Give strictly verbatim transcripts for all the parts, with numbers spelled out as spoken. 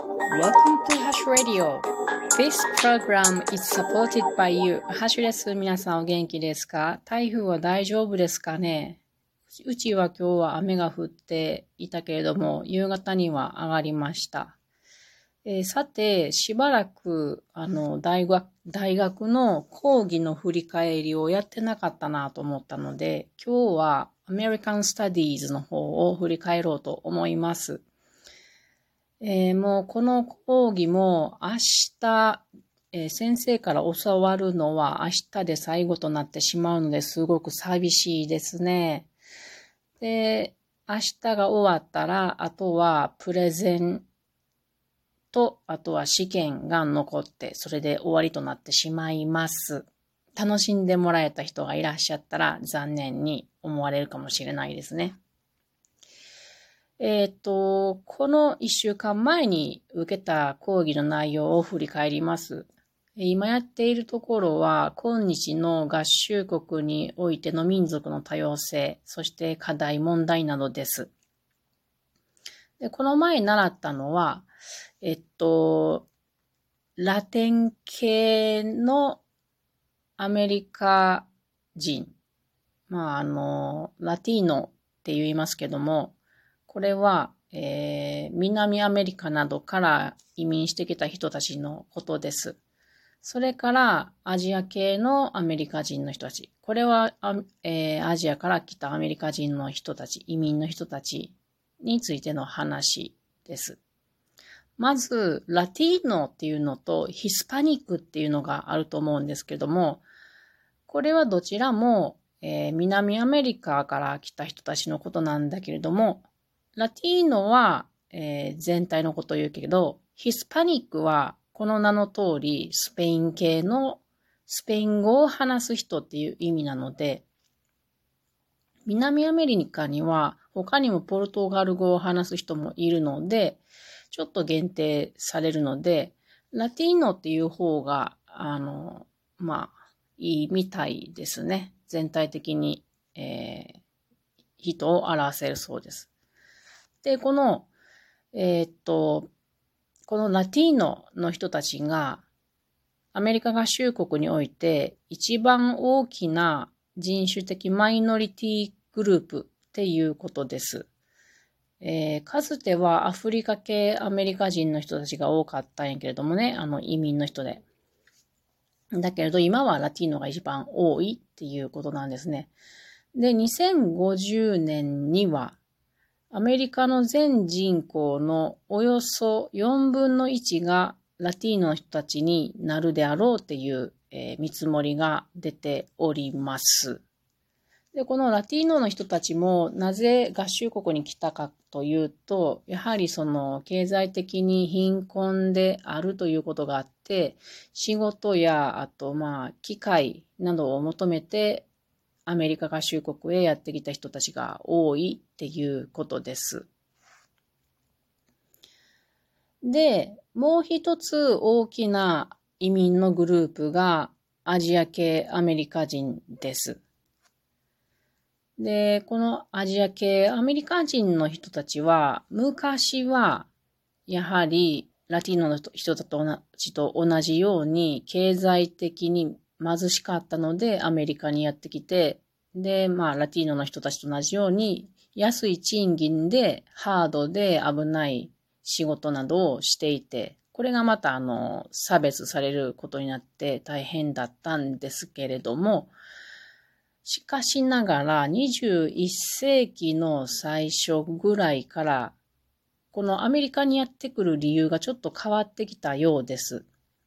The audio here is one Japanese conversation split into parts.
Welcome to Hash Radio. This program is supported by you. ハッシュです。皆さんお元気ですか？台風は大丈夫ですかね？うちは今日は雨が降っていたけれども、夕方には上がりました。えー、さて、しばらくあの大学、大学の講義の振り返りをやってなかったなと思ったので、今日は American Studies の方を振り返ろうと思います。えー、もうこの講義も明日、えー、先生から教わるのは明日で最後となってしまうのですごく寂しいですね。で、明日が終わったら、あとはプレゼンと、あとは試験が残って、それで終わりとなってしまいます。楽しんでもらえた人がいらっしゃったら残念に思われるかもしれないですね。えっと、この一週間前に受けた講義の内容を振り返ります。今やっているところは、今日の合衆国においての民族の多様性、そして課題問題などです。で、この前習ったのは、えっと、ラテン系のアメリカ人、まあ、あの、ラティーノって言いますけども、これは、えー、南アメリカなどから移民してきた人たちのことです。それからアジア系のアメリカ人の人たち。これは、えー、アジアから来たアメリカ人の人たち、移民の人たちについての話です。まず、ラティーノっていうのとヒスパニックっていうのがあると思うんですけども、これはどちらも、えー、南アメリカから来た人たちのことなんだけれども、ラティーノは、えー、全体のことを言うけど、ヒスパニックはこの名の通りスペイン系のスペイン語を話す人っていう意味なので、南アメリカには他にもポルトガル語を話す人もいるので、ちょっと限定されるので、ラティーノっていう方が、あの、まあ、いいみたいですね。全体的に、えー、人を表せるそうです。で、この、えー、っと、このラティーノの人たちが、アメリカ合衆国において一番大きな人種的マイノリティグループっていうことです。えー、かつてはアフリカ系アメリカ人の人たちが多かったんやけれどもね、あの移民の人で。だけれど今はラティーノが一番多いっていうことなんですね。で、にせんごじゅうねんにはアメリカの全人口のおよそよんぶんのいちがラティーノの人たちになるであろうっていう、えー、見積もりが出ております。で、このラティーノの人たちもなぜ合衆国に来たかというと、やはりその経済的に貧困であるということがあって、仕事やあとまあ機会などを求めてアメリカ合衆国へやってきた人たちが多いっていうことです。で、もう一つ大きな移民のグループがアジア系アメリカ人です。で、このアジア系アメリカ人の人たちは、昔はやはりラティーノの人たちと同じように経済的に貧しかったのでアメリカにやってきて、で、まあ、ラティーノの人たちと同じように、安い賃金で、ハードで危ない仕事などをしていて、これがまた、あの、差別されることになって大変だったんですけれども、しかしながら、にじゅういっせいきの最初ぐらいから、このアメリカにやってくる理由がちょっと変わってきたようです。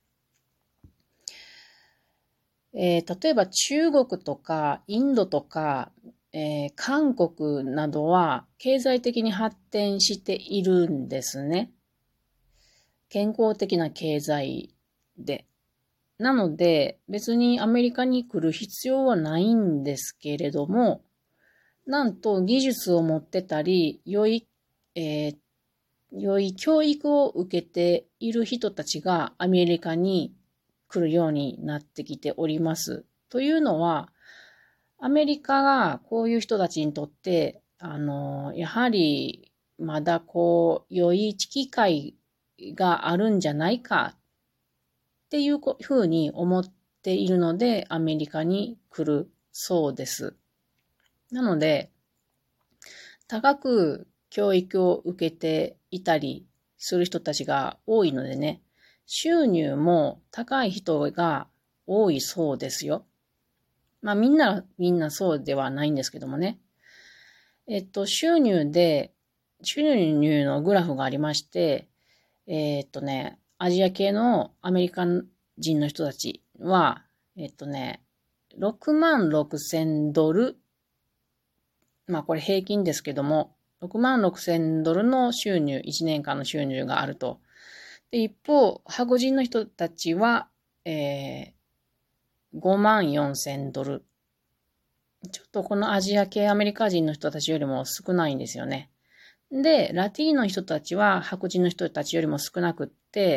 えー、例えば中国とかインドとか、えー、韓国などは経済的に発展しているんですね。健康的な経済で。なので別にアメリカに来る必要はないんですけれども、なんと技術を持ってたり、良い、えー、良い教育を受けている人たちがアメリカに来るようになってきております。というのは、アメリカがこういう人たちにとって、あの、やはりまだこう、良い機会があるんじゃないかっていうふうに思っているので、アメリカに来るそうです。なので、高く教育を受けていたりする人たちが多いのでね、収入も高い人が多いそうですよ。まあみんな、みんなそうではないんですけどもね。えっと、収入で、収入のグラフがありまして、えっとね、アジア系のアメリカ人の人たちは、えっとね、ろくまんろくせんドル、まあこれ平均ですけども、ろくまんろくせんドルの収入、いちねんかんの収入があると。で、一方、白人の人たちは、えー、ごまんよんせんドル。ちょっとこのアジア系アメリカ人の人たちよりも少ないんですよね。で、ラティーノの人たちは白人の人たちよりも少なくって、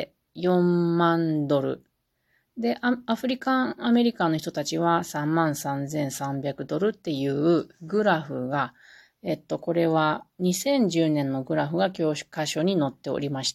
よんまんドル。で、アフリカンアメリカンの人たちはさんまんさんぜんさんびゃくドルっていうグラフが、えっと、これはにせんじゅうねんのグラフが教科書に載っておりました。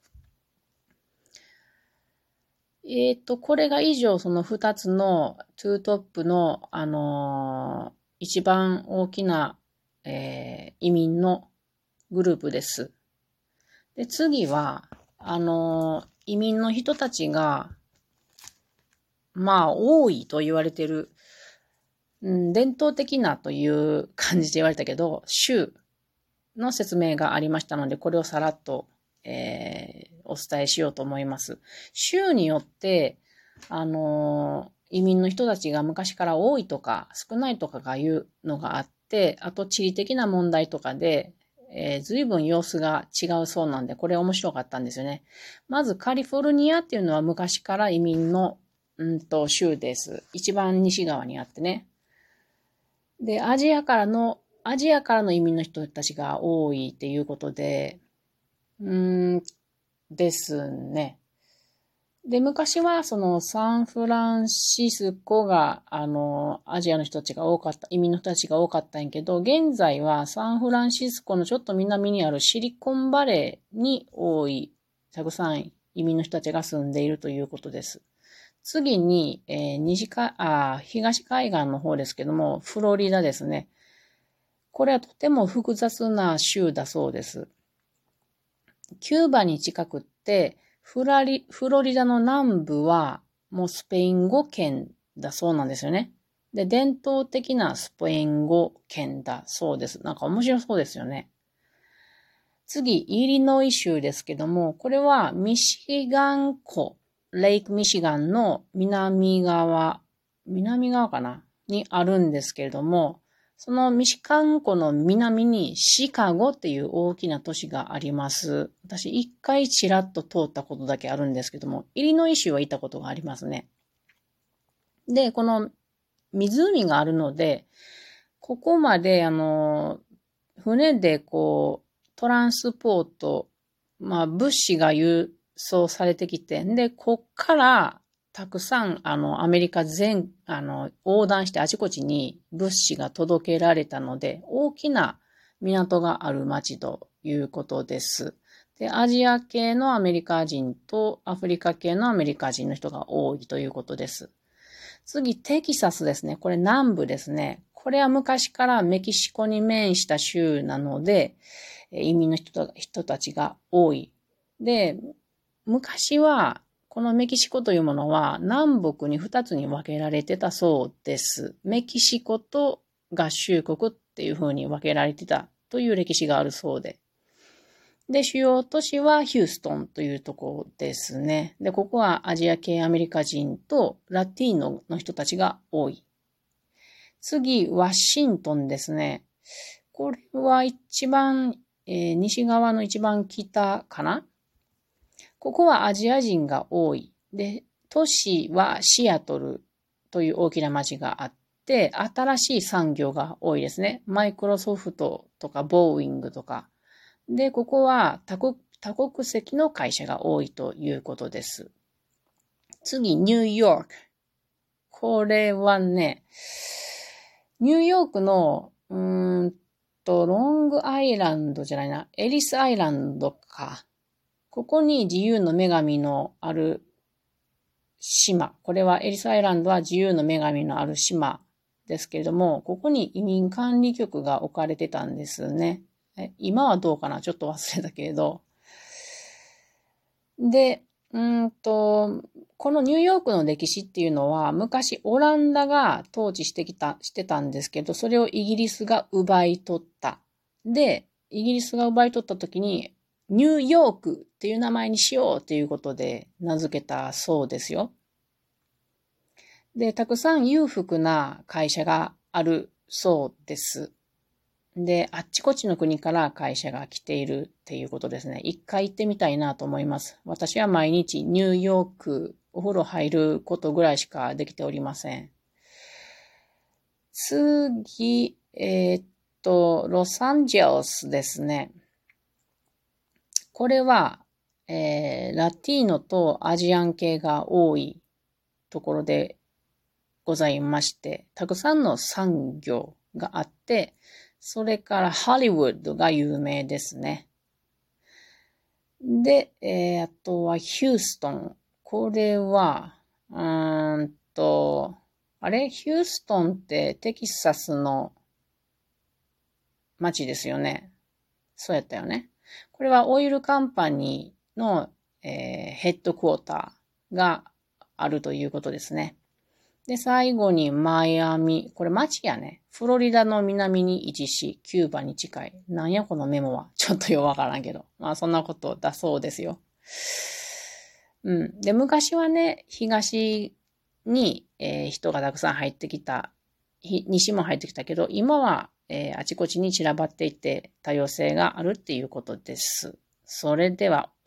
えっと、これが以上そのふたつのツートップの、あのー、一番大きな、えー、移民のグループです。で、次は、あのー、移民の人たちが、まあ、多いと言われている、うん、伝統的なという感じで言われたけど、州の説明がありましたので、これをさらっと、えー、お伝えしようと思います。州によって、あのー、移民の人たちが昔から多いとか少ないとかがいうのがあって、あと地理的な問題とかで、えー、随分様子が違うそうなんで、これ面白かったんですよね。まずカリフォルニアっていうのは昔から移民のうんと州です。一番西側にあってね。で、アジアからの、アジアからの移民の人たちが多いっていうことで、うーんですね。で、昔はそのサンフランシスコが、あの、アジアの人たちが多かった、移民の人たちが多かったんやけど、現在はサンフランシスコのちょっと南にあるシリコンバレーに多い、たくさん移民の人たちが住んでいるということです。次に、えー、西か、あ、東海岸の方ですけども、フロリダですね。これはとても複雑な州だそうです。キューバに近くって、フラリ、フロリダの南部はもうスペイン語圏だそうなんですよね。で、伝統的なスペイン語圏だそうです。なんか面白そうですよね。次、イリノイ州ですけども、これはミシガン湖、レイクミシガンの南側、南側かなにあるんですけれども、そのミシガン湖の南にシカゴっていう大きな都市があります。私一回ちらっと通ったことだけあるんですけども、イリノイ州は行ったことがありますね。で、この湖があるので、ここまであの、船でこう、トランスポート、まあ物資が輸送されてきて、で、こっからたくさん、あの、アメリカ全、あの、横断してあちこちに物資が届けられたので、大きな港がある町ということです。で、アジア系のアメリカ人とアフリカ系のアメリカ人の人が多いということです。次、テキサスですね。これ南部ですね。これは昔からメキシコに面した州なので、移民の人人たちが多い。で、昔は、このメキシコというものは南北に二つに分けられてたそうです。メキシコと合衆国っていう風に分けられてたという歴史があるそうで。で、主要都市はヒューストンというところですね。で、ここはアジア系アメリカ人とラティーノの人たちが多い。次、ワシントンですね。これは一番、えー、西側の一番北かな？ここはアジア人が多い。で、都市はシアトルという大きな町があって、新しい産業が多いですね。マイクロソフトとかボーイングとか。で、ここは多国、多国籍の会社が多いということです。次、ニューヨーク。これはね、ニューヨークの、うーんと、ロングアイランドじゃないな、エリスアイランドか。 ここに自由の女神のある島。これはエリスアイランドは自由の女神のある島ですけれども、ここに移民管理局が置かれてたんですね。今はどうかなちょっと忘れたけれど。で、うんと、このニューヨークの歴史っていうのは、昔オランダが統治してきた、してたんですけど、それをイギリスが奪い取った。で、イギリスが奪い取った時に、ニューヨークっていう名前にしようっていうことで名付けたそうですよ。で、たくさん裕福な会社があるそうです。で、あっちこっちの国から会社が来ているっていうことですね。一回行ってみたいなと思います。私は毎日ニューヨークお風呂入ることぐらいしかできておりません。次、えー、っと、ロサンゼルスですね。これは、えー、ラティーノとアジアン系が多いところでございまして、たくさんの産業があって、それからハリウッドが有名ですね。で、えー、あとはヒューストン。これは、うーんと、あれヒューストンってテキサスの町ですよね。そうやったよね。これはオイルカンパニーの、えー、ヘッドクォーターがあるということですね。で、最後にマイアミ。これ町やね。フロリダの南に位置し、キューバに近い。なんやこのメモは。ちょっとよくわからんけど。まあそんなことだそうですよ。うん。で、昔はね、東に、えー、人がたくさん入ってきた。西も入ってきたけど、今は、えー、あちこちに散らばっていて多様性があるっていうことです。それでは